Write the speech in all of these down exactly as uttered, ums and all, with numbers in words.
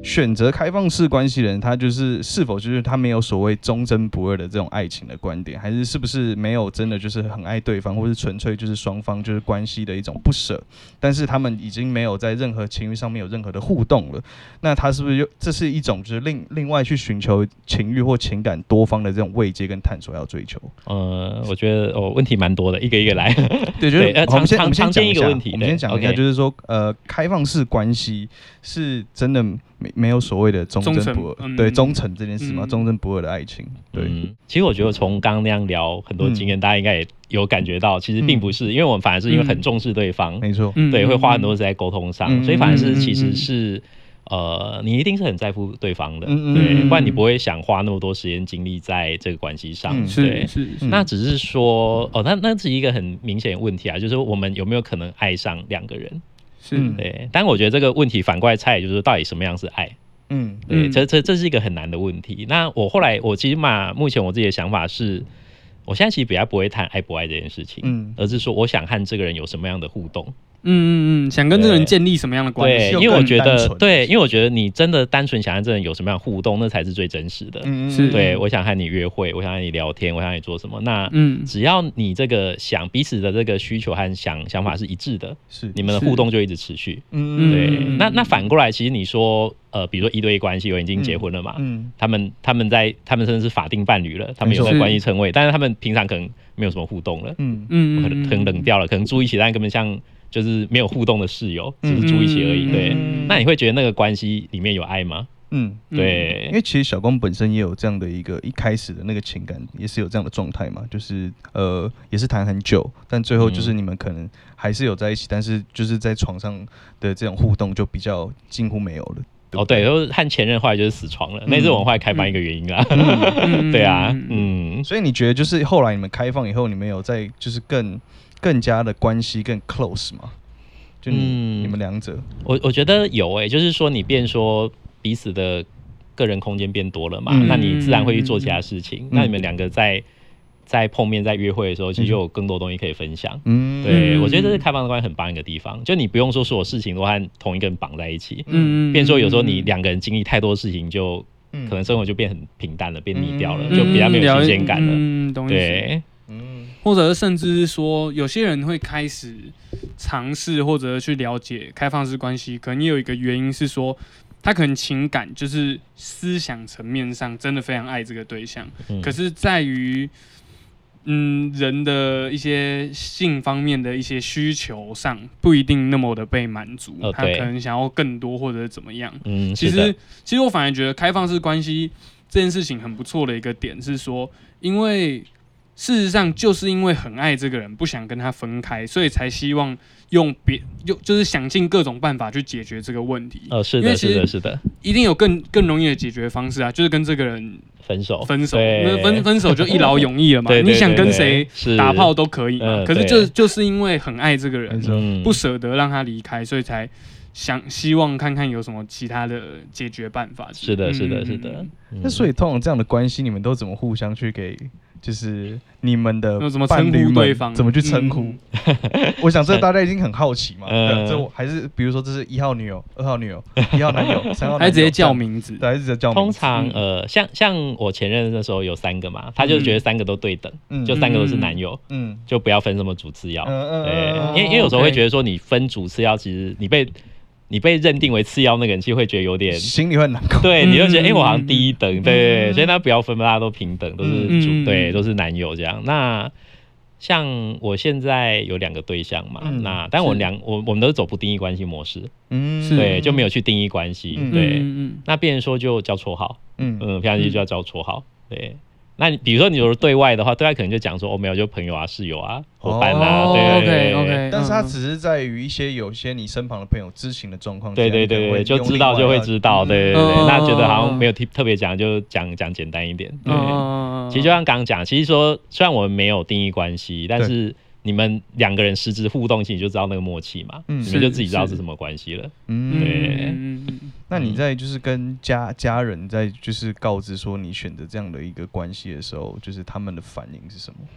选择开放式关系的人，他就是是否就是他没有所谓忠贞不二的这种爱情的观点，还是是不是没有真的就是很爱对方，或是纯粹就是双方就是关系的一种不舍，但是他们已经没有在任何情欲上面有任何的互动了，那他是不是又这是一种就是另另外去寻求情欲或情感多方的这种慰藉跟探索要追求？ 呃，我觉得哦问题蛮多的，一个一个来。 对，就是对，呃， 我们先我们先常见一个问题， 我们先讲一下，就是说呃，开放式关系是真的没没有所谓的忠贞不二，嗯、对忠诚这件事吗？忠贞、嗯、不二的爱情，对、 嗯。其实我觉得从刚刚那样聊很多经验、嗯，大家应该也有感觉到，其实并不是，嗯、因为我们反而是因为很重视对方，没、嗯、错，对，会花很多时间在沟通上、嗯，所以反而是其实是。嗯呃，你一定是很在乎对方的，嗯、对，不然你不会想花那么多时间精力在这个关系上，嗯、对，是是是。那只是说，哦，那那是一个很明显的问题啊，就是我们有没有可能爱上两个人？是，对。但我觉得这个问题反过来猜，就是到底什么样是爱？嗯，对，这这这是一个很难的问题。那我后来，我其实嘛，目前我自己的想法是，我现在其实比较不会谈爱不爱这件事情，嗯，而是说我想和这个人有什么样的互动。 嗯嗯嗯，想跟这个人建立什么样的关系？ 对，因为我觉得，对，因为我觉得你真的单纯想和这个人有什么样的互动，那才是最真实的。嗯，是，对，我想和你约会，我想和你聊天，我想和你做什么？那，嗯，只要你这个想彼此的这个需求和想想法是一致的，是，你们的互动就一直持续。嗯，对。那那反过来，其实你说，呃，比如说一对一关系，有人已经结婚了嘛，嗯，他们他们在他们甚至是法定伴侣了，他们有在关系称谓，但是他们平常可能没有什么互动了，嗯嗯，可能可能冷掉了，可能住一起，但根本像。就是没有互动的室友，只是住一起而已。对，嗯、那你会觉得那个关系里面有爱吗？嗯，对， 因为其实小公本身也有这样的一个一开始的那个情感，也是有这样的状态嘛，就是呃，也是谈很久，但最后就是你们可能还是有在一起，但是就是在床上的这种互动就比较近乎没有了。 哦，对，然后和前任后来就是死床了，那是我们后来开放一个原因啦。嗯、对啊，嗯， 所以你觉得就是后来你们开放以后，你们有在就是更更加的关系更 close 吗？就你、嗯、你们两者， 我我觉得有诶、欸，就是说你变说彼此的个人空间变多了嘛，嗯、那你自然会去做其他事情。嗯、那你们两个在在碰面在约会的时候，其实就有更多东西可以分享。嗯，对，我觉得这是开放的关系很棒一个地方，就你不用说所有事情都和同一个人绑在一起。嗯，变说有时候你两个人经历太多事情就，就可能生活就变很平淡了，变腻掉了，嗯、就比较没有新鲜感了。 嗯，懂意思。 对。 嗯，或者甚至是说，有些人会开始尝试或者去了解开放式关系，可能也有一个原因是说，他可能情感就是思想层面上真的非常爱这个对象，嗯、可是在于嗯人的一些性方面的一些需求上，不一定那么的被满足，哦、他可能想要更多或者怎么样。嗯，其实其实我反而觉得开放式关系这件事情很不错的一个点是说，因为事实上，就是因为很爱这个人，不想跟他分开，所以才希望用别就就是想尽各种办法去解决这个问题。 哦，是的，是的，是的， 一定有更更容易的解决方式啊，就是跟这个人分手， 分手，分分手就一劳永逸了嘛。对对对对，你想跟谁打炮都可以嘛。呃、可是就就是因为很爱这个人，嗯、不舍得让他离开，所以才想希望看看有什么其他的解决办法。 是的，是的，是的。 那、嗯、所以通常这样的关系，你们都怎么互相去给？就是你们的伴侣们怎么去称呼？嗯、我想这大家已经很好奇嘛。嗯、这还是比如说这是一号女友、二号女友、一号男友、三号男友， 还直接叫名字， 对，还是直接叫名字。 通常呃，像像我前任的时候有三个嘛，他就觉得三个都对等，嗯、就三个都是男友，嗯，就不要分什么主次要。嗯、对，因为因为有时候会觉得说你分主次要，其实你被。你被认定为次要那个人，其实会觉得有点心里会难过。 对，你就觉得哎、欸，我好像第一等，对对对，所以那不要分，大家都平等，都是主，嗯、对，都是男友这样。那像我现在有两个对象嘛，嗯、那但我两我我们都是走不定义关系模式，嗯，对，就没有去定义关系，嗯、对，嗯、那变成说就叫绰号，嗯嗯，平常就要叫绰号，对。那你比如说你如果对外的话，对外可能就讲说哦没有，就朋友啊、室友啊、伙伴啊，哦、对对 OK OK。 但是他只是在于一些有些你身旁的朋友知情的状况， 对对对对，就知道就会知道，对对对。嗯、那觉得好像没有特别讲，就讲讲简单一点。对，嗯、其实就像刚刚讲，其实说虽然我们没有定义关系，但是你们两个人实质互动，其实就知道那个默契嘛，嗯、你们就自己知道是什么关系了。嗯，对。 那你在就是跟家家人在就是告知说你选择这样的一个关系的时候，就是他们的反应是什么？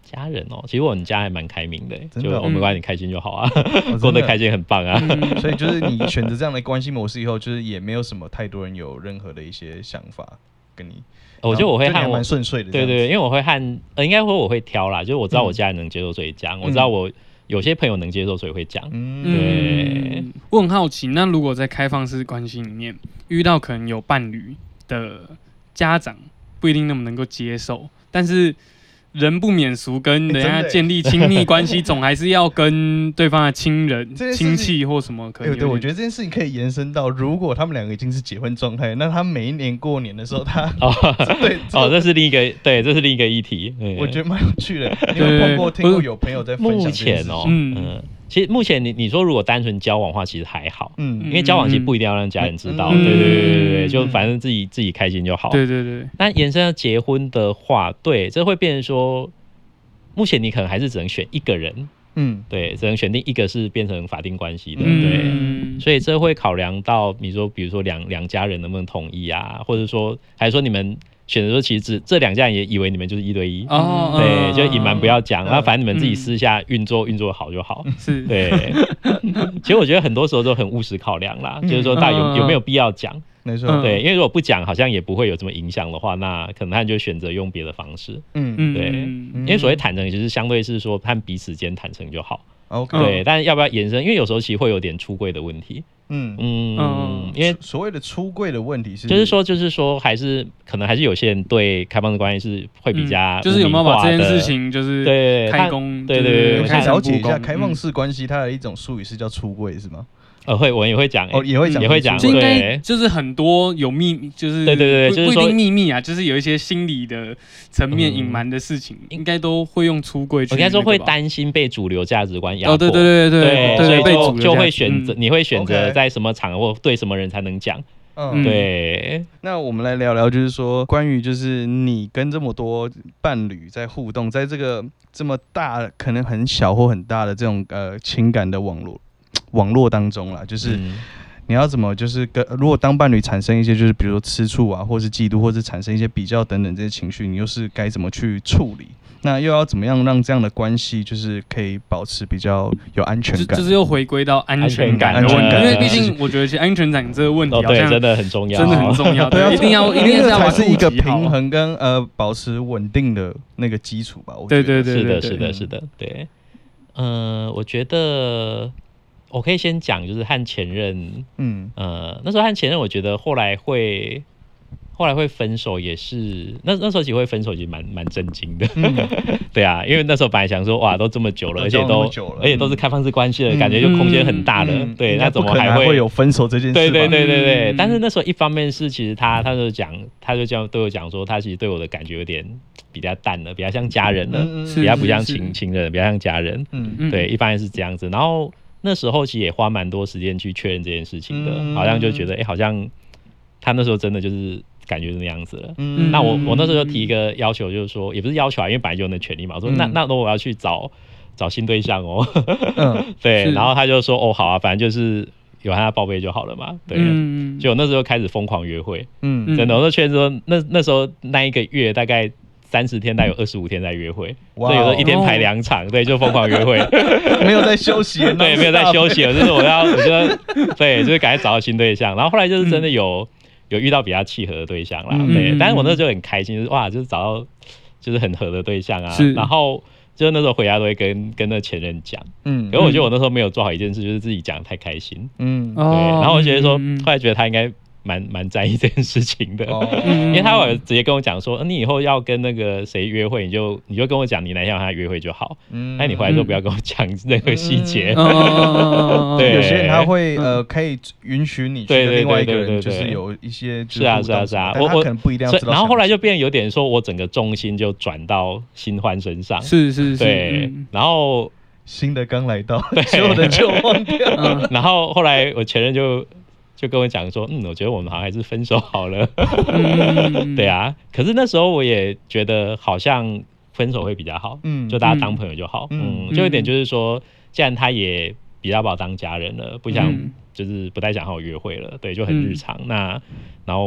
家人哦，其实我们家还蛮开明的，就我们管你开心就好啊，嗯、过得开心很棒啊。 嗯、所以就是你选择这样的关系模式以后，就是也没有什么太多人有任何的一些想法跟你。 我觉得我会和我蛮顺遂的， 对 对, 对，因为我会和呃，应该说我会挑啦，就是我知道我家人能接受，所以讲、嗯，我知道我有些朋友能接受，所以会讲。嗯，对。 我很好奇，那如果在开放式关系里面遇到可能有伴侣的家长不一定那么能够接受，但是人不免俗，跟人家建立亲密关系，总还是要跟对方的亲人、亲戚或什么可以。 对，我觉得这件事情可以延伸到，如果他们两个已经是结婚状态，那他每一年过年的时候，他哦，对，哦，这是另一个，对，这是另一个议题。 我觉得蛮有趣的。你有碰过、听过有朋友在分享这件事情？ 目前哦，嗯。其实目前你你说如果单纯交往的话，其实还好，嗯，因为交往其实不一定要让家人知道，嗯、对对对对对，就反正自己自己开心就好。 对对对。 但延伸到结婚的话，对，这会变成说，目前你可能还是只能选一个人，嗯，对，只能选定一个是变成法定关系的，嗯、对，所以这会考量到你说，比如说两两家人能不能同意啊，或者说还是说你们。选择说，其实只这两家人也以为你们就是一对一，哦、对，就隐瞒不要讲，然后反正你们自己私下运作运作好就好， 是， 对。其实我觉得很多时候都很务实考量啦，嗯、就是说到底有有没有必要讲， 没错， 对，因为如果不讲，好像也不会有这么影响的话，那可能他就选择用别的方式，嗯，对，嗯、因为所谓坦诚，其实相对是说和彼此间坦诚就好。 OK， 对，但要不要延伸？因为有时候其实会有点出柜的问题。嗯嗯，因为所谓的出柜的问题是， 就是说，就是说，还是可能还是有些人对开放式关系是会比较、 嗯，就是有没有把这件事情就是对开公， 对对对， 我可以了解一下开放式关系它的一种术语是叫出柜是吗？ 呃，会，我也会讲、欸， 哦，也会讲， 也会讲， 应该就是很多有秘密，就是对对对，就是不一定秘密啊，就是有一些心理的层面隐瞒的事情，嗯、应该都会用出柜去、那個。 应该说会担心被主流价值观压迫， 哦，对对对对对，所以就就会选择，嗯、你会选择在什么场合对什么人才能讲。嗯，对。 那我们来聊聊，就是说关于就是你跟这么多伴侣在互动，在这个这么大可能很小或很大的这种呃情感的网络。网络当中啦，就是你要怎么，就是跟如果当伴侣产生一些，就是比如说吃醋啊，或是嫉妒，或是产生一些比较等等这些情绪，你又是该怎么去处理？那又要怎么样让这样的关系就是可以保持比较有安全感？ 就就是又回归到安全感的问题，因为毕竟我觉得其实安全感这个问题好像、 哦、真的很重要， 真的很重要，对，一定要一定要才是一个平衡跟呃保持稳定的那个基础吧。我觉得对对对对， 是的，是的，是的，对，嗯、呃，我觉得。我可以先讲，就是和前任，嗯，呃，那时候和前任，我觉得后来会，后来会分手，也是那那时候其实会分手，其实蛮蛮震惊的，嗯、对啊，因为那时候本来想说，哇，都这么久了，而且都而且都是开放式关系了，嗯、感觉就空间很大了，嗯、对，那怎么还 会, 还会有分手这件事？ 对对对对对。嗯、但是那时候一方面是，其实他他就讲，他就这样对我讲说，他其实对我的感觉有点比较淡了，比较像家人了，嗯、比较不像情情人，比较像家人，嗯，对，一方面是这样子，然后。那时候其实也花蛮多时间去确认这件事情的，嗯、好像就觉得，哎、欸，好像他那时候真的就是感觉是那样子了。嗯、那我我那时候就提一个要求，就是说，也不是要求啊，因为本来就有那权利嘛。我说，嗯、那那那我要去找找新对象哦。嗯、对，然后他就说，哦，好啊，反正就是有他的报备就好了嘛。对，嗯、就我那时候开始疯狂约会，嗯，真的，我就确认说，那那时候那一个月大概。三十天，大概有二十五天在约会，所以有时候一天排两场，对，就疯狂约会， 没有在休息， 对，没有在休息，就是我要，我觉得，对，就是赶快找到新对象，然后后来就是真的有、嗯、有遇到比较契合的对象啦，嗯、对，但是我那时候就很开心，就是哇，就是找到就是很合的对象啊，然后就那时候回家都会跟跟那前任讲，嗯，可是我觉得我那时候没有做好一件事，就是自己讲得太开心，嗯，对，然后我觉得说，嗯、后来觉得他应该。蛮蛮在意这件事情的，哦、因为他有直接跟我讲说，你以后要跟那个谁约会，你就你就跟我讲你哪天要跟他约会就好，嗯，那你回来之后不要跟我讲任何细节。 对，有些人他会呃可以允许你去跟另外一个人，就是有一些是啊是啊是啊， 我我可能不一定要知道。 然后后来就变有点说，我整个重心就转到新欢身上， 是是是， 对，然后新的刚来到，旧的就忘掉。 然后后来我前任就。就跟我讲说，嗯，我觉得我们好像还是分手好了。嗯、对啊，可是那时候我也觉得好像分手会比较好，嗯，就大家当朋友就好，嗯，嗯就有点就是说，既然他也比较把我当家人了，不想、嗯、就是不太想和我约会了，对，就很日常。嗯、那然后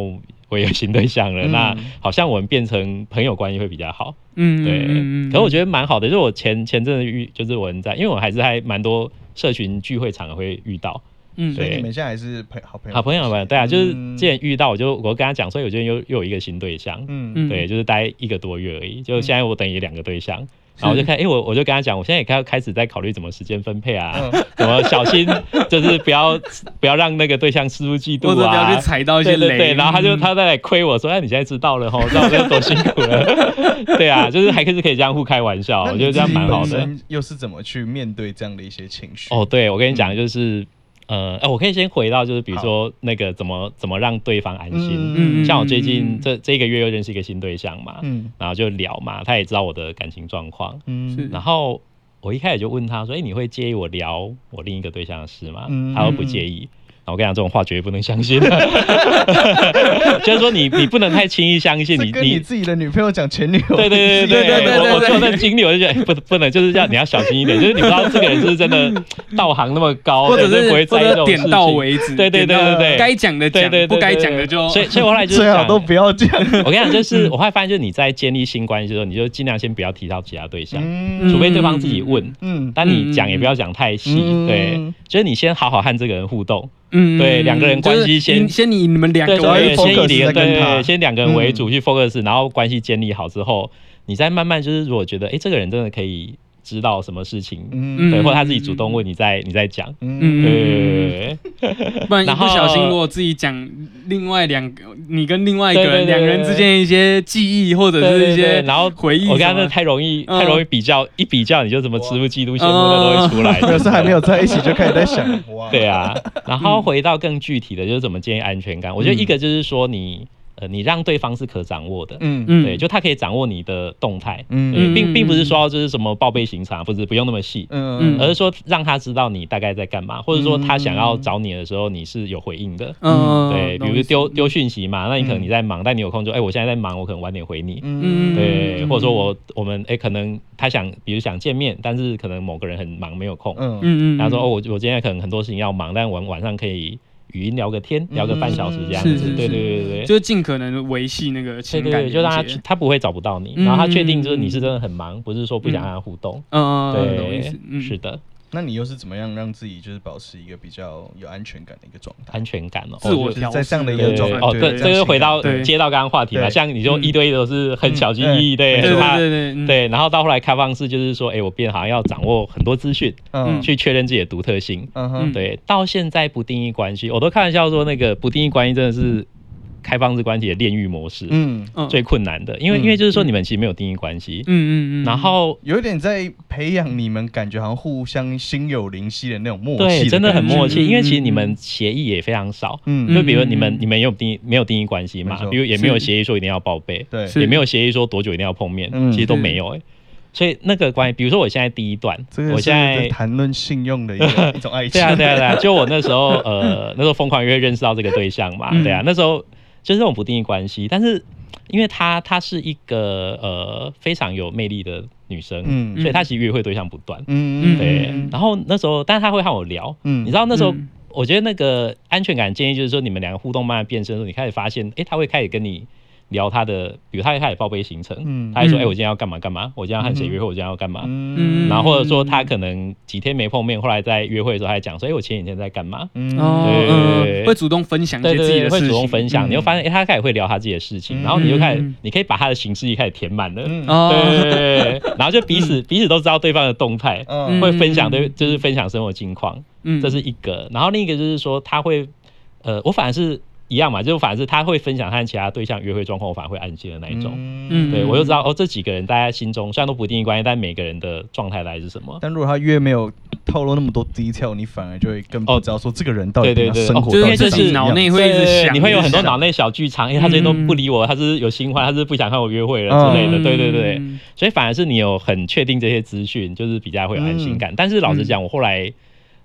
我有新对象了，嗯、那好像我们变成朋友关系会比较好。嗯，对。嗯嗯可是我觉得蛮好的，就是我前前阵子遇，就是我在，因为我还是还蛮多社群聚会场合会遇到。 嗯，所以你们现在还是朋好朋友， 好朋友们，对啊，就是之前遇到，我就我跟他讲，所以我最近又又有一个新对象，嗯，对，就是待一个多月而已，就现在我等于两个对象，嗯、然后我就看，哎、欸，我我就跟他讲，我现在也开开始在考虑怎么时间分配啊，嗯、怎么小心，就是不要不要让那个对象失误嫉妒啊， 或者不要去踩到一些雷， 对对对，然后他就他在来亏我说，哎，你现在知道了吼，知道我多辛苦了，对啊，就是还可是可以这样互开玩笑，我觉得这样蛮好的。 又是怎么去面对这样的一些情绪？ 哦，对，我跟你讲，就是。嗯呃，我可以先回到，就是比如说那个怎么怎么让对方安心。嗯，像我最近这这一个月又认识一个新对象嘛，嗯，然后就聊嘛，他也知道我的感情状况，嗯，然后我一开始就问他说，哎、欸，你会介意我聊我另一个对象的事吗？嗯、他说不介意。然后我跟你讲，这种话绝对不能相信，就是说你你不能太轻易相信你跟你自己的女朋友讲前女友， 对对对对对对对，我做那经历我就觉得不不能，就是这样，你要小心一点，就是你不知道这个人是不是真的道行那么高， 或者是不会在意这种事情， 点到为止， 对对对对对， 该讲的讲，不该讲的就， 所以所以我后来就是最好都不要讲。 我跟你讲，就是我后来发现，就是你在建立新关系的时候，你就尽量先不要提到其他对象，除非对方自己问，嗯，但你讲也不要讲太细，对，就是你先好好和这个人互动。嗯，对，两个人关系先、 就是、先以你们两个为先以对对，先两个人为主去 focus，、嗯、然后关系建立好之后，你再慢慢就是如果觉得哎、欸，这个人真的可以知道什么事情，嗯，对，或者他自己主动问你再你再讲，嗯，对， 不然一不小心如果自己讲另外两个，你跟另外一个人两个人之间一些记忆或者是一些然后回忆， 我刚刚太容易、嗯、太容易比较，一比较你就什么耻辱嫉妒羡慕的都会出来， 可是还没有在一起就开始在想， 对啊，然后回到更具体的就是怎么建立安全感，我觉得一个就是说你。呃，你让对方是可掌握的，嗯嗯，对，就他可以掌握你的动态，嗯，并并不是说就是什么报备行程，不是不用那么细，嗯嗯，而是说让他知道你大概在干嘛，或者说他想要找你的时候你是有回应的，嗯，对，比如丢丢讯息嘛，那你可能你在忙，但你有空就哎、欸，我现在在忙，我可能晚点回你，嗯，对，或者说我我们哎、欸、可能他想比如想见面，但是可能某个人很忙没有空，嗯嗯，然后说哦我我今天可能很多事情要忙，但我晚上可以。语音聊个天，聊个半小时这样子，嗯、是是是对对对对， 就尽可能维系那个情感， 对对对，就让他他不会找不到你，嗯、然后他确定就是你是真的很忙，不是说不想跟他互动，嗯对，嗯、是的。 那你又是怎么样让自己就是保持一个比较有安全感的一个状态？ 安全感哦， 自我调在这样的一个状态。 哦，对，这个回到接到刚刚话题嘛，像你就一对一都是很小心翼翼，对， 对对对对，然后到后来开放式就是说，哎，我变好像要掌握很多资讯，嗯，去确认自己的独特性，嗯哼，对，到现在不定义关系，我都开玩笑说那个不定义关系真的是。开放式关系的炼狱模式，嗯，最困难的，因为、嗯、因为就是说你们其实没有定义关系，嗯嗯嗯，然后有一点在培养你们感觉好像互相心有灵犀的那种默契的， 对，真的很默契，因为其实你们协议也非常少，嗯，就比如你们你们有定义没有定义关系嘛，比如也没有协议说一定要报备，对，也没有协议说多久一定要碰面，嗯、其实都没有哎、欸。所以那个关系，比如说我现在第一段，我现在谈论信用的一个一种爱情， 对啊对啊对啊，就我那时候呃那时候疯狂约认识到这个对象嘛，嗯、对啊，那时候。就是这种不定义关系，但是因为她她是一个呃非常有魅力的女生，嗯，所以她其实约会对象不断，嗯对。嗯然后那时候，但是她会和我聊，嗯，你知道那时候，嗯、我觉得那个安全感建议就是说，你们两个互动慢慢变深的时候，你开始发现，哎、欸，她会开始跟你。聊他的，比如他会开始报备行程，嗯、他会说：“哎、欸，我今天要干嘛干嘛？我今天要和谁约会？我今天要干嘛？”嗯、然后或者说他可能几天没碰面，后来在约会的时候，他讲说：“哎、欸，我前几天在干嘛？”嗯，对对对， 会主动分享一些自己的事情， 会主动分享。你会发现，哎、欸，他开始会聊他自己的事情，嗯、然后你就开始，你可以把他的行事历开始填满了，嗯、对对对对，然后就彼此、嗯、彼此都知道对方的动态，嗯、会分享对，就是分享生活近况，嗯、这是一个。然后另一个就是说，他会，呃，我反而是。一样嘛，就反而是他会分享和其他对象约会状况，我反而会安心的那一种。嗯，对我就知道哦，这几个人大家心中虽然都不定义关系，但每个人的状态大概是什么。 但如果他越没有透露那么多 detail， 你反而就会更不知道说这个人到底跟他生活到底是怎么样。脑内会一直想， 你会有很多脑内小剧场，因为他最近都不理我，他是有新欢，他是不想和我约会了之类的。嗯、对对对，所以反而是你有很确定这些资讯，就是比较会有安心感。嗯、但是老实讲，我后来。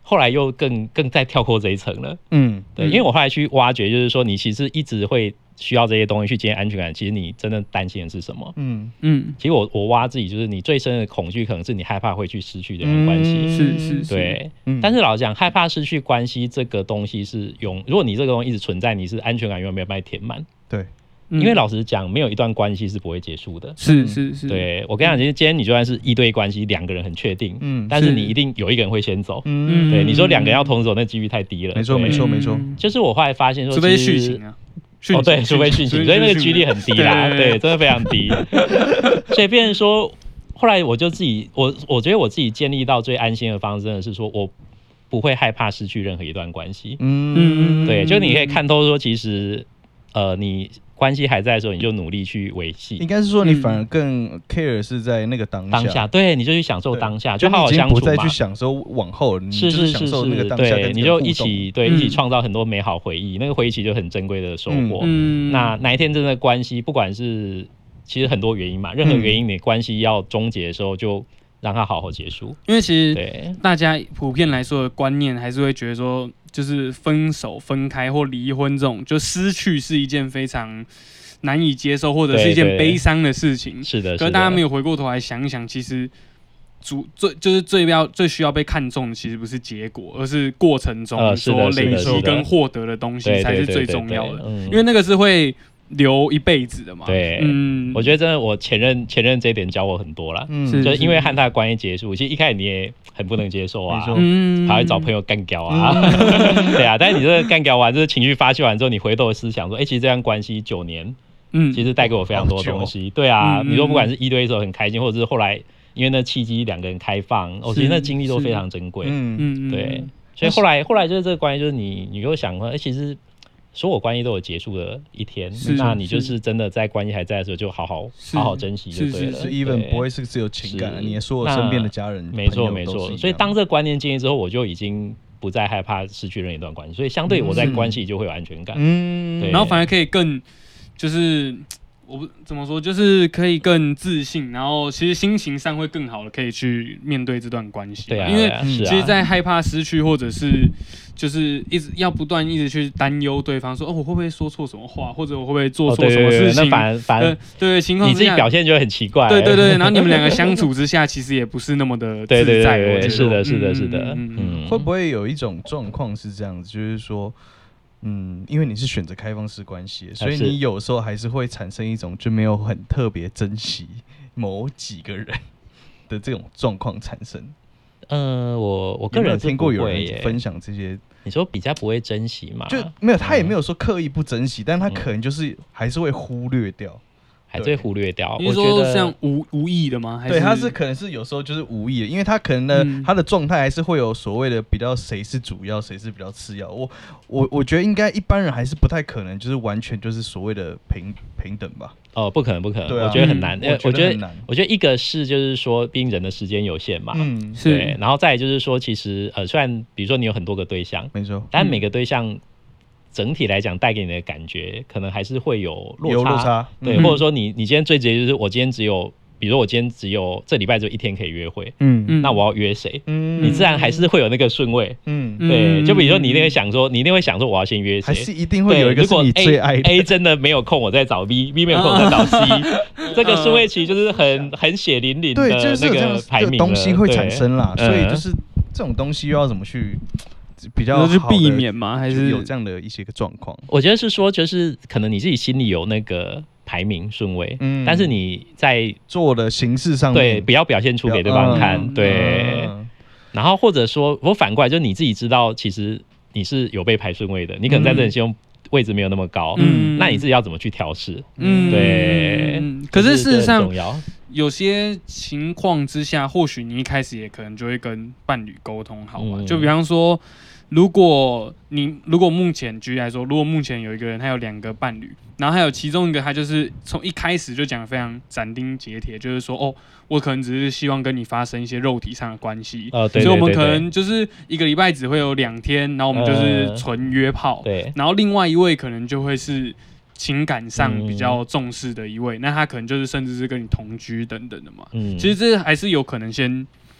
后来又更更再跳过这一层了。嗯，对，因为我后来去挖掘，就是说你其实一直会需要这些东西去建立安全感，其实你真的担心的是什么？嗯嗯，其实我我挖自己，就是你最深的恐惧可能是你害怕会去失去这段关系， 嗯、是是是， 对。嗯、但是老实讲，害怕失去关系这个东西是永，如果你这个东西一直存在，你是安全感永远没有办法填满。 对。 因为老实讲，没有一段关系是不会结束的。 是是是， 对我跟你讲，其实今天你就算是一对关系，两个人很确定，嗯，但是你一定有一个人会先走，嗯，对，你说两个人要同时走，那几率太低了。 没错没错没错， 就是我后来发现说， 除非殉情啊， 哦对，除非殉情，所以那个几率很低啦，对，真的非常低。所以变成说，后来我就自己，我我觉得我自己建立到最安心的方式，真的是说我不会害怕失去任何一段关系。嗯，对，就你可以看透说，其实呃你。关系还在的时候，你就努力去维系。 应该是说，你反而更 care 是在那个当下。 当下，对，你就去享受当下，就好好相处嘛。 不再去享受往后，你就是享受那个当下跟对，你就一起对一起创造很多美好回忆，那个回忆其实就很珍贵的收获。嗯，那哪一天真的关系，不管是其实很多原因嘛，任何原因你关系要终结的时候，就让它好好结束。 因为其实大家普遍来说的观念还是会觉得说。就是分手、分开或离婚这种，就失去是一件非常难以接受，或者是一件悲伤的事情。 是的， 可是大家没有回过头来想一想，其实主最就是最要最需要被看重的，其实不是结果，而是过程中所累积跟获得的东西才是最重要的。因为那个是会留一辈子的嘛。 对，嗯，我觉得真的，我前任前任这一点教我很多啦。嗯，就是因为和他的关系结束，其实一开始你也很不能接受啊，嗯，还会找朋友干掉啊，嗯、对啊。但是你这个干掉完，就是情绪发泄完之后，你回头的思想说，哎、欸，其实这段关系九年，嗯，其实带给我非常多东西。对啊，嗯、你说不管是一对一的时候很开心，或者是后来因为那契机两个人开放，我、哦、其实那经历都非常珍贵。嗯嗯，对。所以后来后来就是这个关系，就是你你又想说，哎、欸，其实。所有关系都有结束的一天，那你就是真的在关系还在的时候，就好好好好珍惜就对了。 是 even 不会是只有情感，你所有身边的家人， 没错没错。所以当这个观念建立之后，我就已经不再害怕失去任何一段关系，所以相对我在关系就会有安全感。嗯， 然后反而可以更就是。我不怎么说，就是可以更自信，然后其实心情上会更好的，可以去面对这段关系。 对啊， 因为其实，在害怕失去，或者是就是一直要不断一直去担忧对方说，哦，我会不会说错什么话，或者我会不会做错什么事情？ 那反反对对情况你自己表现就会很奇怪。 对对对，然后你们两个相处之下，其实也不是那么的自在。 对对对对，是的，是的，是的。 嗯，会不会有一种状况是这样子，就是说？嗯，因为你是选择开放式关系，所以你有时候还是会产生一种就没有很特别珍惜某几个人的这种状况产生。 呃，我我个人有有听过有人分享这些， 你说比较不会珍惜嘛？ 就没有，他也没有说刻意不珍惜，嗯、但他可能就是还是会忽略掉。 还是会忽略掉。 你说像无无意的吗？还是对，他是可能是有时候就是无意的，因为他可能呢，嗯、他的状态还是会有所谓的比较谁是主要，谁是比较次要。我我我觉得应该一般人还是不太可能，就是完全就是所谓的平平等吧。 哦，不可能，不可能，啊、我觉得很难。嗯、我觉得，我觉得一个是就是说，毕竟人的时间有限嘛，嗯，对。然后再来就是说，其实呃，虽然比如说你有很多个对象， 没错， 但每个对象。整体来讲带给你的感觉可能还是会有落差， 有落差对，嗯、或者说你你今天最直接就是我今天只有，比如说我今天只有这礼拜只有一天可以约会，嗯嗯，那我要约谁？嗯，你自然还是会有那个顺位，嗯，对，就比如说你一定会想说，你一定会想说我要先约谁， 还是一定会有一个是你最爱的 A, A 真的没有空，我再找 B，B 没有空我再找 C，这个顺位其实就是很很血淋淋的那个排名东西会产生啦，所以就是这种东西又要怎么去？比较去避免吗？还是有这样的一些个状况？ 我觉得是说，就是可能你自己心里有那个排名顺位，嗯，但是你在做的形式上面， 对，不要表现出给对方看，嗯、对。嗯、然后或者说，我反过来，就你自己知道，其实你是有被排顺位的，你可能在这里心中位置没有那么高，嗯，那你自己要怎么去调试？嗯，对。 嗯、可是事实上，有些情况之下，或许你一开始也可能就会跟伴侣沟通好嘛，嗯、就比方说。如果你如果目前举例来说，如果目前有一个人他有两个伴侣，然后还有其中一个他就是从一开始就讲得非常斩钉截铁，就是说哦，我可能只是希望跟你发生一些肉体上的关系， 哦、对对对对， 所以我们可能就是一个礼拜只会有两天，然后我们就是纯约炮， 呃、对， 然后另外一位可能就会是情感上比较重视的一位，嗯、那他可能就是甚至是跟你同居等等的嘛，嗯，其实这还是有可能先。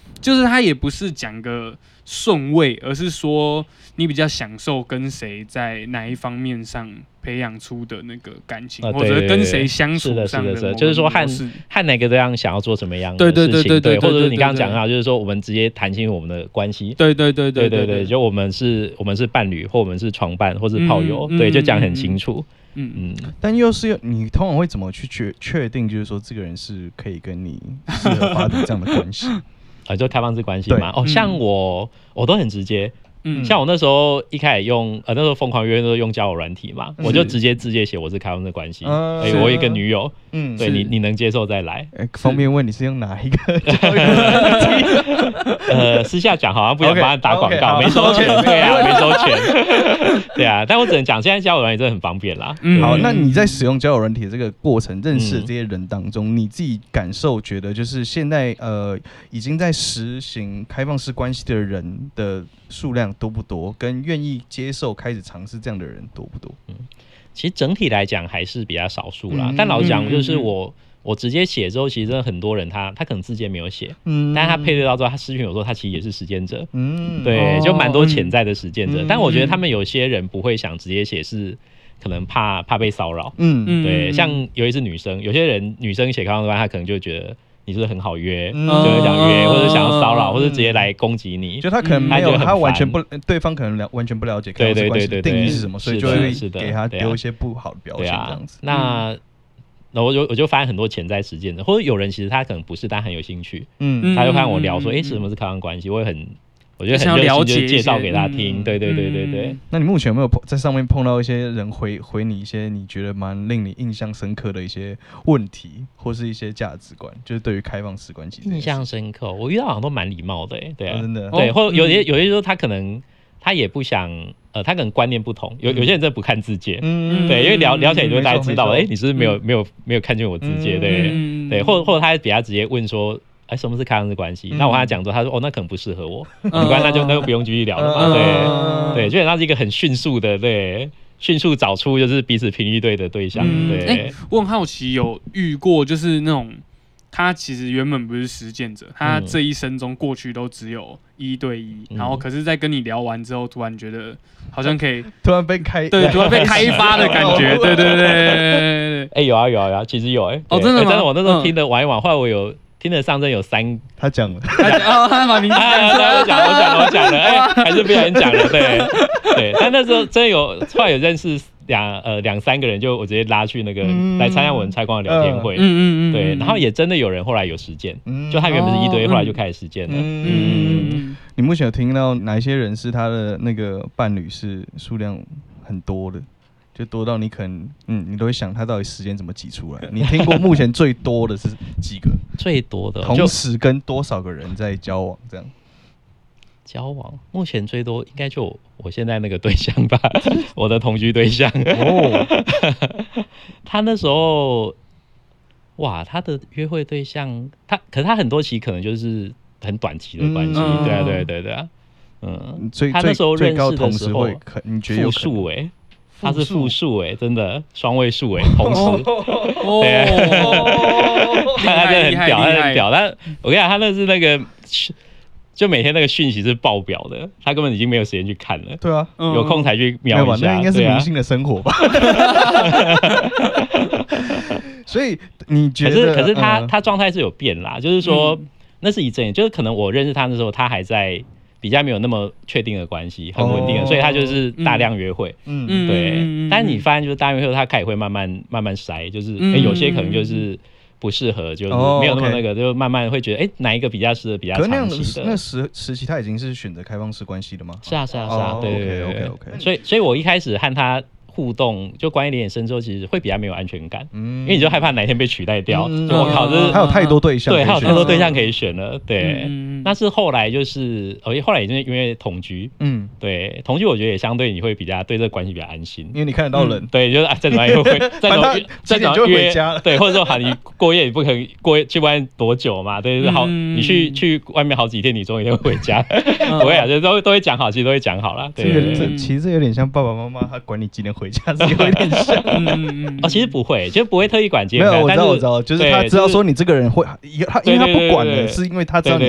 就是他也不是讲个顺位，而是说你比较享受跟谁在哪一方面上培养出的那个感情， 呃、 或者跟谁相处上的， 是的，是的，就是说和和哪个对象想要做什么样的事情， 对对对 对, 对, 对, 对, 对, 对, 对, 对, 对, 对, 对, 对, 对, 对, 对， 或者是你刚刚讲到，就是说我们直接谈清楚我们的关系， 对对对对对, 对对对，就我们是我们是伴侣，或我们是床伴，或是炮友，嗯、对，就讲很清楚。 嗯嗯， 但又是你通常会怎么去确确定，就是说这个人是可以跟你适合发展这样的关系？ 啊，就开放式关系嘛。哦，像我我都很直接。 嗯， 像我那时候一开始用呃那时候疯狂约都用交友软体嘛，我就直接直接写我是开放式关系，哎、嗯欸，我有一个女友，嗯，对你你能接受再来。 欸、方便问你是用哪一个交友软体？ 呃，私下讲好像不想帮他打广告， okay, 没收钱，对啊，没收钱，对啊，但我只能讲现在交友软体真的很方便啦。 嗯，好，那你在使用交友软体的这个过程，认识这些人当中，嗯、你自己感受觉得就是现在呃已经在实行开放式关系的人的数量多不多，跟愿意接受开始尝试这样的人多不多？ 嗯，其实整体来讲还是比较少数啦。嗯、但老实讲，就是我、嗯、我直接写之后，其实真的很多人他他可能字节没有写，嗯，但是他配对到之后，他私讯有时候他其实也是实践者，嗯，对，就蛮多潜在的实践者。嗯、但我觉得他们有些人不会想直接写，是可能怕怕被骚扰，嗯，对，像尤其是女生，有些人女生写开放式关系，他可能就觉得。你是不是很好约，嗯、就会想约，或者想要骚扰，或者直接来攻击你。 就他可能没有，他完全不，对方可能了完全不了解开放式关系的定义是什么，所以就会给他丢一些不好的表现这样子。 那那我就我就发现很多潜在实践者，或者有人其实他可能不是，但很有兴趣，嗯，他就看我聊说，哎、欸，什么是开放关系？我也很。我觉得很热心，就介绍给他听。嗯、对对对对对、嗯。 那你目前有没有在上面碰到一些人回回你一些你觉得蛮令你印象深刻的一些问题，或是一些价值观？就是对于开放式关系印象深刻，我遇到好像都蛮礼貌的、欸，对啊， 哦、真的对，或有些有些时候他可能他也不想，呃，他可能观念不同，有有些人真的不看字界，嗯，对，因为聊聊起来你就会大概知道，哎、欸，你是不是没有、嗯、没有没有看见我字界，对、嗯、对，或者或者他比他直接问说。哎、欸，什么是开放式关系？嗯、那我跟他讲之后，他说：“哦，那可能不适合我，没关系，那就那就不用继续聊了嘛。嗯”对对，基本上是一个很迅速的，对，迅速找出就是彼此频率对的对象。嗯、对、 欸，我很好奇，有遇过就是那种他其实原本不是实践者，他这一生中过去都只有一对一，嗯、然后可是在跟你聊完之后，突然觉得好像可以突然被开， 对，突然被开发的感觉，对对对对对。 哎、欸，有啊有啊有啊，其实有哎、欸， 哦真的吗？ 欸、真的，我那时候听的玩一玩，后来我有。听的上阵有三， 他讲了， 他讲哦，他把名字讲出来，我讲，我讲，我讲了，哎、欸，还是不小心讲了，对对。但那时候真的有，后来有认识两呃两三个人，就我直接拉去那个、嗯、来参加我们拆光的聊天会，嗯嗯嗯，对，然后也真的有人后来有实践，嗯、就他原本是一对一，哦、后来就开始实践了。嗯嗯嗯嗯。你目前有听到哪一些人是他的那个伴侣是数量很多的？就多到你可能，嗯，你都会想他到底时间怎么挤出来。你听过目前最多的是几个？ 最多的， 同时跟多少个人在交往？这样交往，目前最多应该就我现在那个对象吧，我的同居对象。哦，他那时候，哇，他的约会对象，他可是他很多期可能就是很短期的关系，嗯、对啊，对啊对啊对啊，嗯，他那时候认识的时候， 你觉得有复数哎。他是复数哎，真的双位数哎，同时，对，他真的很屌，他很屌。但我跟你讲，他那是那个，就每天那个讯息是爆表的，他根本已经没有时间去看了。 对啊， 有空才去瞄一下。 那应该是明星的生活吧？所以你觉得？ 可是可是他他状态是有变啦，就是说那是一阵，就是可能我认识他的时候，他还在。比较没有那么确定的关系，很稳定的， oh, 所以他就是大量约会，嗯，对。嗯、但是你发现就是大量约会，他开始会慢慢慢慢筛，就是、嗯欸、有些可能就是不适合，就是没有那么那个， oh, okay. 就慢慢会觉得，哎、欸，哪一个比较适合比较长期的？ 那那时时期他已经是选择开放式关系了吗？ 是啊，是啊，是啊， oh, 对对对 ，OK OK OK。 所以，所以我一开始和他。互动就关系连深之后，其实会比较没有安全感，嗯，因为你就害怕哪一天被取代掉。嗯、就我靠，这还有太多对象， 对，还有太多对象可以选了，对。嗯、那是后来就是，哦，后来也是因为同居，嗯，对，同居我觉得也相对你会比较对这个关系比较安心， 因为你看得到人， 嗯、对，就是啊，再怎么样会，再怎么再怎么约，对，或者说好，你过夜你不可能过夜去外面多久嘛，对，就是好，嗯、你去去外面好几天，你终有一天会回家，不会啊，就都都会讲好，其实都会讲好了。对， 这其实有点像爸爸妈妈他管你几点回家，是有点。 嗯哦，其实不会，就不会特意管接。 没有，我知道，我知道，就是他知道说你这个人会，他因为他不管了，是因为他知道你是回家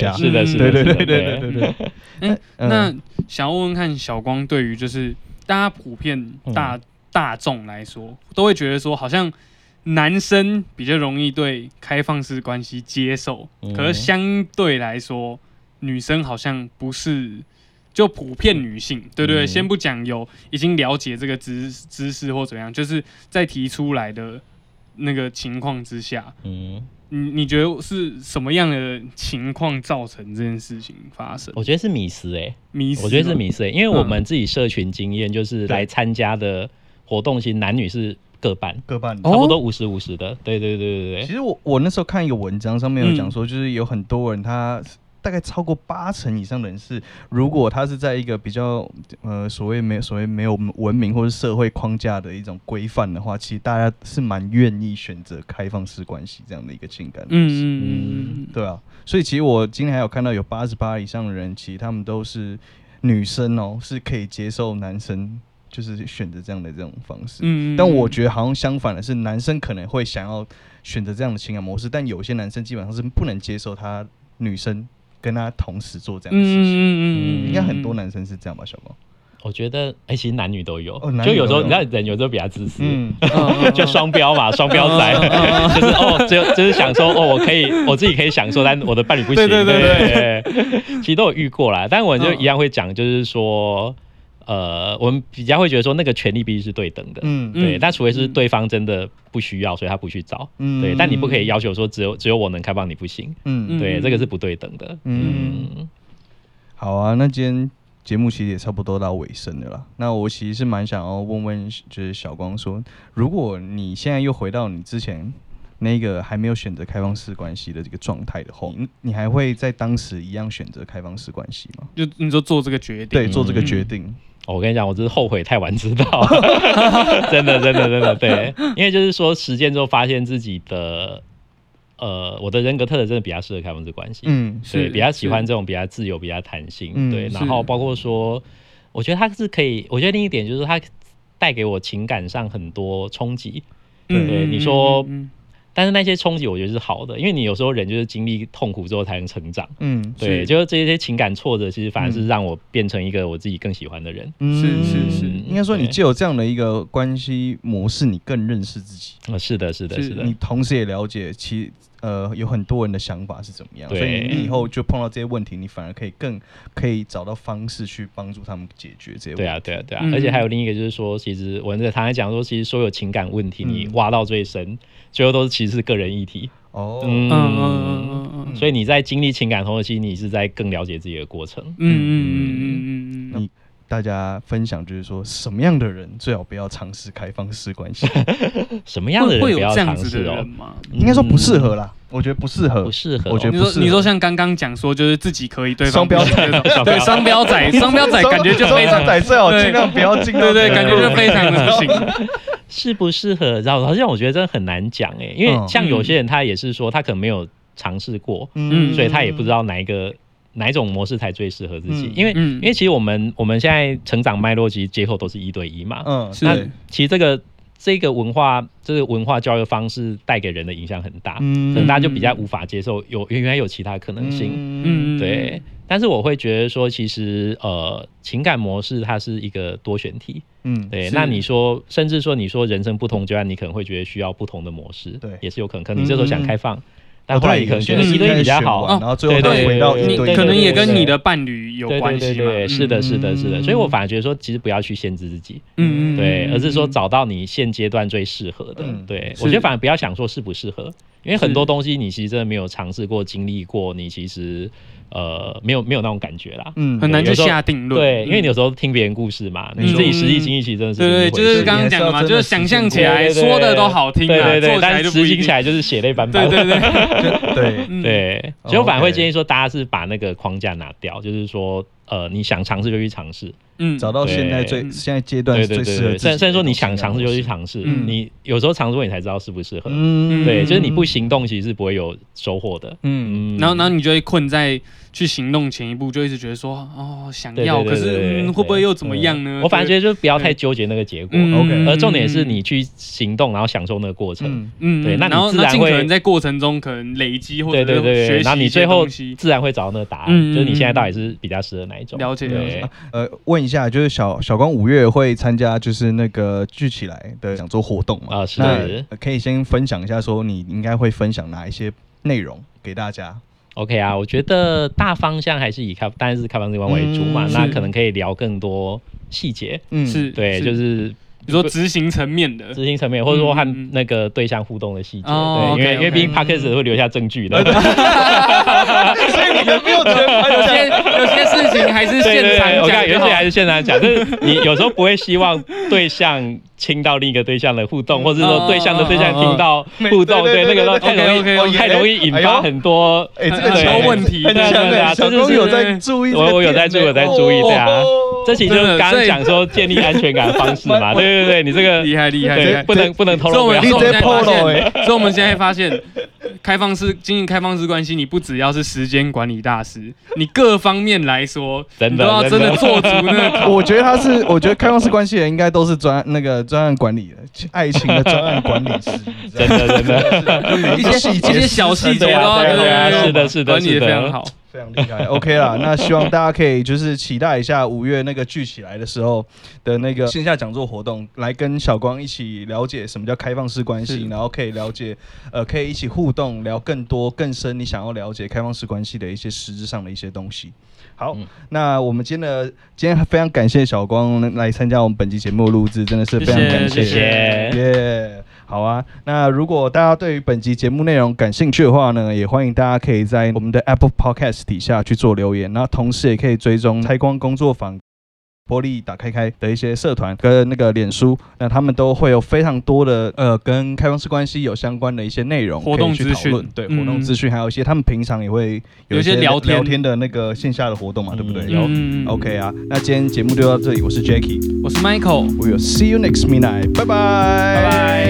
家。 是的，是的， 对对对对对对对。 哎，那想要问问看小光，对于就是大家普遍大、嗯、大众来说，都会觉得说，好像男生比较容易对开放式关系接受，嗯、可是相对来说，女生好像不是。就普遍女性，对对对，嗯、先不讲有已经了解这个知知识或怎样，就是在提出来的那个情况之下，嗯，你你觉得是什么样的情况造成这件事情发生？ 我觉得是迷思哎、欸， 迷思， 我觉得是迷思、欸，因为我们自己社群经验就是来参加的活动，其实男女是各半， 各半， 差不多五十五十的，对对对对对。 其实我我那时候看一个文章，上面有讲说，就是有很多人他。大概超过八成以上的人是，如果他是在一个比较呃所谓没所谓没有文明或是社会框架的一种规范的话，其实大家是蛮愿意选择开放式关系这样的一个情感模式。嗯嗯，对啊，所以其实我今天还有看到有八十八以上的人，其实他们都是女生哦，是可以接受男生就是选择这样的这种方式。嗯，但我觉得好像相反的是，男生可能会想要选择这样的情感模式，但有些男生基本上是不能接受他女生。跟他同时做这样的事情，嗯嗯嗯，应该很多男生是这样吧，小光？ 我觉得，哎、欸，其实男女都有， 哦、有就有时候你知道人有时候比较自私，嗯、就双标嘛，双标仔，就是哦，就就是想说，哦，我可以我自己可以享受，但我的伴侣不行，对对 对, 對, 對，其实都有遇过啦，但我就一样会讲，就是说。呃，我们比较会觉得说那个权利必须是对等的，嗯，对。但除非是对方真的不需要，所以他不去找，嗯，对。但你不可以要求说只有只有我能开放你不行，嗯，对，这个是不对等的，嗯。嗯好啊，那今天节目其实也差不多到尾声了啦。那我其实是蛮想要问问，就是小光说，如果你现在又回到你之前那个还没有选择开放式关系的这个状态的话，你还会在当时一样选择开放式关系吗？ 就你说做这个决定， 对，做这个决定。嗯我跟你讲，我真是后悔太晚知道，真的，真的，真的，对，因为就是说实践之后发现自己的，呃，我的人格特质真的比较适合开放式关系，嗯，对，比较喜欢这种比较自由、比较弹性，嗯、对，然后包括说，我觉得它是可以，我觉得另一点就是它带给我情感上很多冲击，嗯、对，你说。嗯但是那些冲击我觉得是好的，因为你有时候人就是经历痛苦之后才能成长。嗯，对，就是这些情感挫折，其实反而是让我变成一个我自己更喜欢的人。 嗯，是是是，应该说你藉由这样的一个关系模式，你更认识自己。 哦，是的，是的，是的。 你同时也了解其呃有很多人的想法是怎么样，所以你以后就碰到这些问题，你反而可以更可以找到方式去帮助他们解决这些问题。 对啊，对啊，对啊。嗯、而且还有另一个就是说，其实我在常常讲说，其实所有情感问题你挖到最深。最后都是其实是个人议题哦，嗯嗯嗯嗯，所以你在经历情感同时期，你是在更了解自己的过程。嗯嗯嗯嗯嗯。你大家分享就是说，什么样的人最好不要尝试开放式关系？ 什么样的人不要尝试哦？ 应该说不适合啦，我觉得不适合， 不适合。 我觉得不适合。 你说像刚刚讲说，就是自己可以对方双标仔， 对双标仔，双标仔感觉就非常仔最好尽量不要进到， 对对，感觉就非常的不行。 适不适合？然后好像我觉得真的很难讲哎，因为像有些人他也是说他可能没有尝试过，嗯，所以他也不知道哪一个哪一种模式才最适合自己。嗯、因为、嗯、因为其实我们我们现在成长脉络其实结构都是一对一嘛，嗯，是。那其实这个这个文化这个文化教育方式带给人的影响很大，嗯，可能大家就比较无法接受有原来有其他可能性，嗯，对。但是我会觉得说，其实呃，情感模式它是一个多选题，嗯，对。那你说，甚至说你说人生不同阶段，你可能会觉得需要不同的模式，对，也是有可能。可能你这时候想开放，嗯、但后来你可能觉得一对一比较好， 然后最后再回到一对一， 可能也跟你的伴侣有关系嘛。 对对对，是的，是的，是的。所以我反而觉得说，其实不要去限制自己，嗯嗯，对，而是说找到你现阶段最适合的。对，我觉得反而不要想说适不适合，因为很多东西你其实真的没有尝试过、经历过，你其实。呃，没有没有那种感觉啦， 嗯，很难去下定论。 对，因为你有时候听别人故事嘛，嗯、你自己实际经历其实真的是对对，就是刚刚讲的嘛，就是想象起来说的都好听啊， 对对对，但实行起来就是血泪斑斑。 对对对对对，所以我反而会建议说，大家是把那个框架拿掉，就是说，呃，你想尝试就去尝试， 嗯，找到现在最现在阶段最适合自己。 虽然说你想尝试就去尝试，嗯，你有时候尝试过你才知道适不适合。嗯，对，就是你不行动其实是不会有收获的。 嗯，然后然后你就会困在去行动前一步，就一直觉得说哦想要，可是嗯会不会又怎么样呢？ 我反而觉得就不要太纠结那个结果。OK， 而重点是你去行动，然后享受那个过程。嗯，对，那你自然会尽可能在过程中可能累积或者学习， 然后你最后自然会找到那个答案，就是你现在到底是比较适合哪一种。 了解，了解。 呃，问一下，就是小小光五月会参加就是那个聚起来的讲座活动嘛？ 啊，是。 可以先分享一下，说你应该会分享哪一些内容给大家？ OK 啊，我觉得大方向还是以开，当然是开放式观为主嘛，嗯、那可能可以聊更多细节， 嗯，是对， 是就是你说执行层面的， 执行层面，或者说和那个对象互动的细节，嗯、对，因为、okay, 因为毕竟 Podcast 会留下证据的，所以你有没有觉得有些有些事情还是现场讲？ 我看有些还是现场讲，就是你有时候不会希望对象听到另一个对象的互动，或者说对象的对象听到互动，对那个都太容易太容易引发很多哎这个很问题， 对对啊， 小公有在注意， 我我有在注意，有在注意，对啊，这其实就是刚刚讲说建立安全感的方式嘛，对。对对，你这个厉害厉害，对， 不能不能透露。 所以我们现在发现，所以我们现在发现，开放式经营开放式关系，你不只要是时间管理大师，你各方面来说，你都要真的做足那个。 我觉得他是，我觉得开放式关系人应该都是专那个专案管理的，爱情的专案管理师， 真的真的， 一些细节、一些小细节都是的，是的， 管理的非常好。 非常厉害 ，OK 啦，那希望大家可以就是期待一下五月那个聚起来的时候的那个线下讲座活动，来跟小光一起了解什么叫开放式关系，然后可以了解，呃，可以一起互动，聊更多更深你想要了解开放式关系的一些实质上的一些东西。好，嗯、那我们今天的今天非常感谢小光来参加我们本期节目的录制，真的是非常感谢， 谢谢， 耶。Yeah 好啊，那如果大家对于本集节目内容感兴趣的话呢，也欢迎大家可以在我们的 Apple Podcast 底下去做留言，然后同时也可以追踪拆光工作坊、玻璃打开开的一些社团跟那个脸书，那他们都会有非常多的呃跟开放式关系有相关的一些内容活动资讯， 对、嗯、活动资讯，还有一些他们平常也会有一些聊天聊天的那个线下的活动嘛，嗯、对不对？有、嗯、，OK 啊，那今天节目就到这里，我是 Jacky， 我是 Michael， We will see you next midnight， 拜拜，拜拜。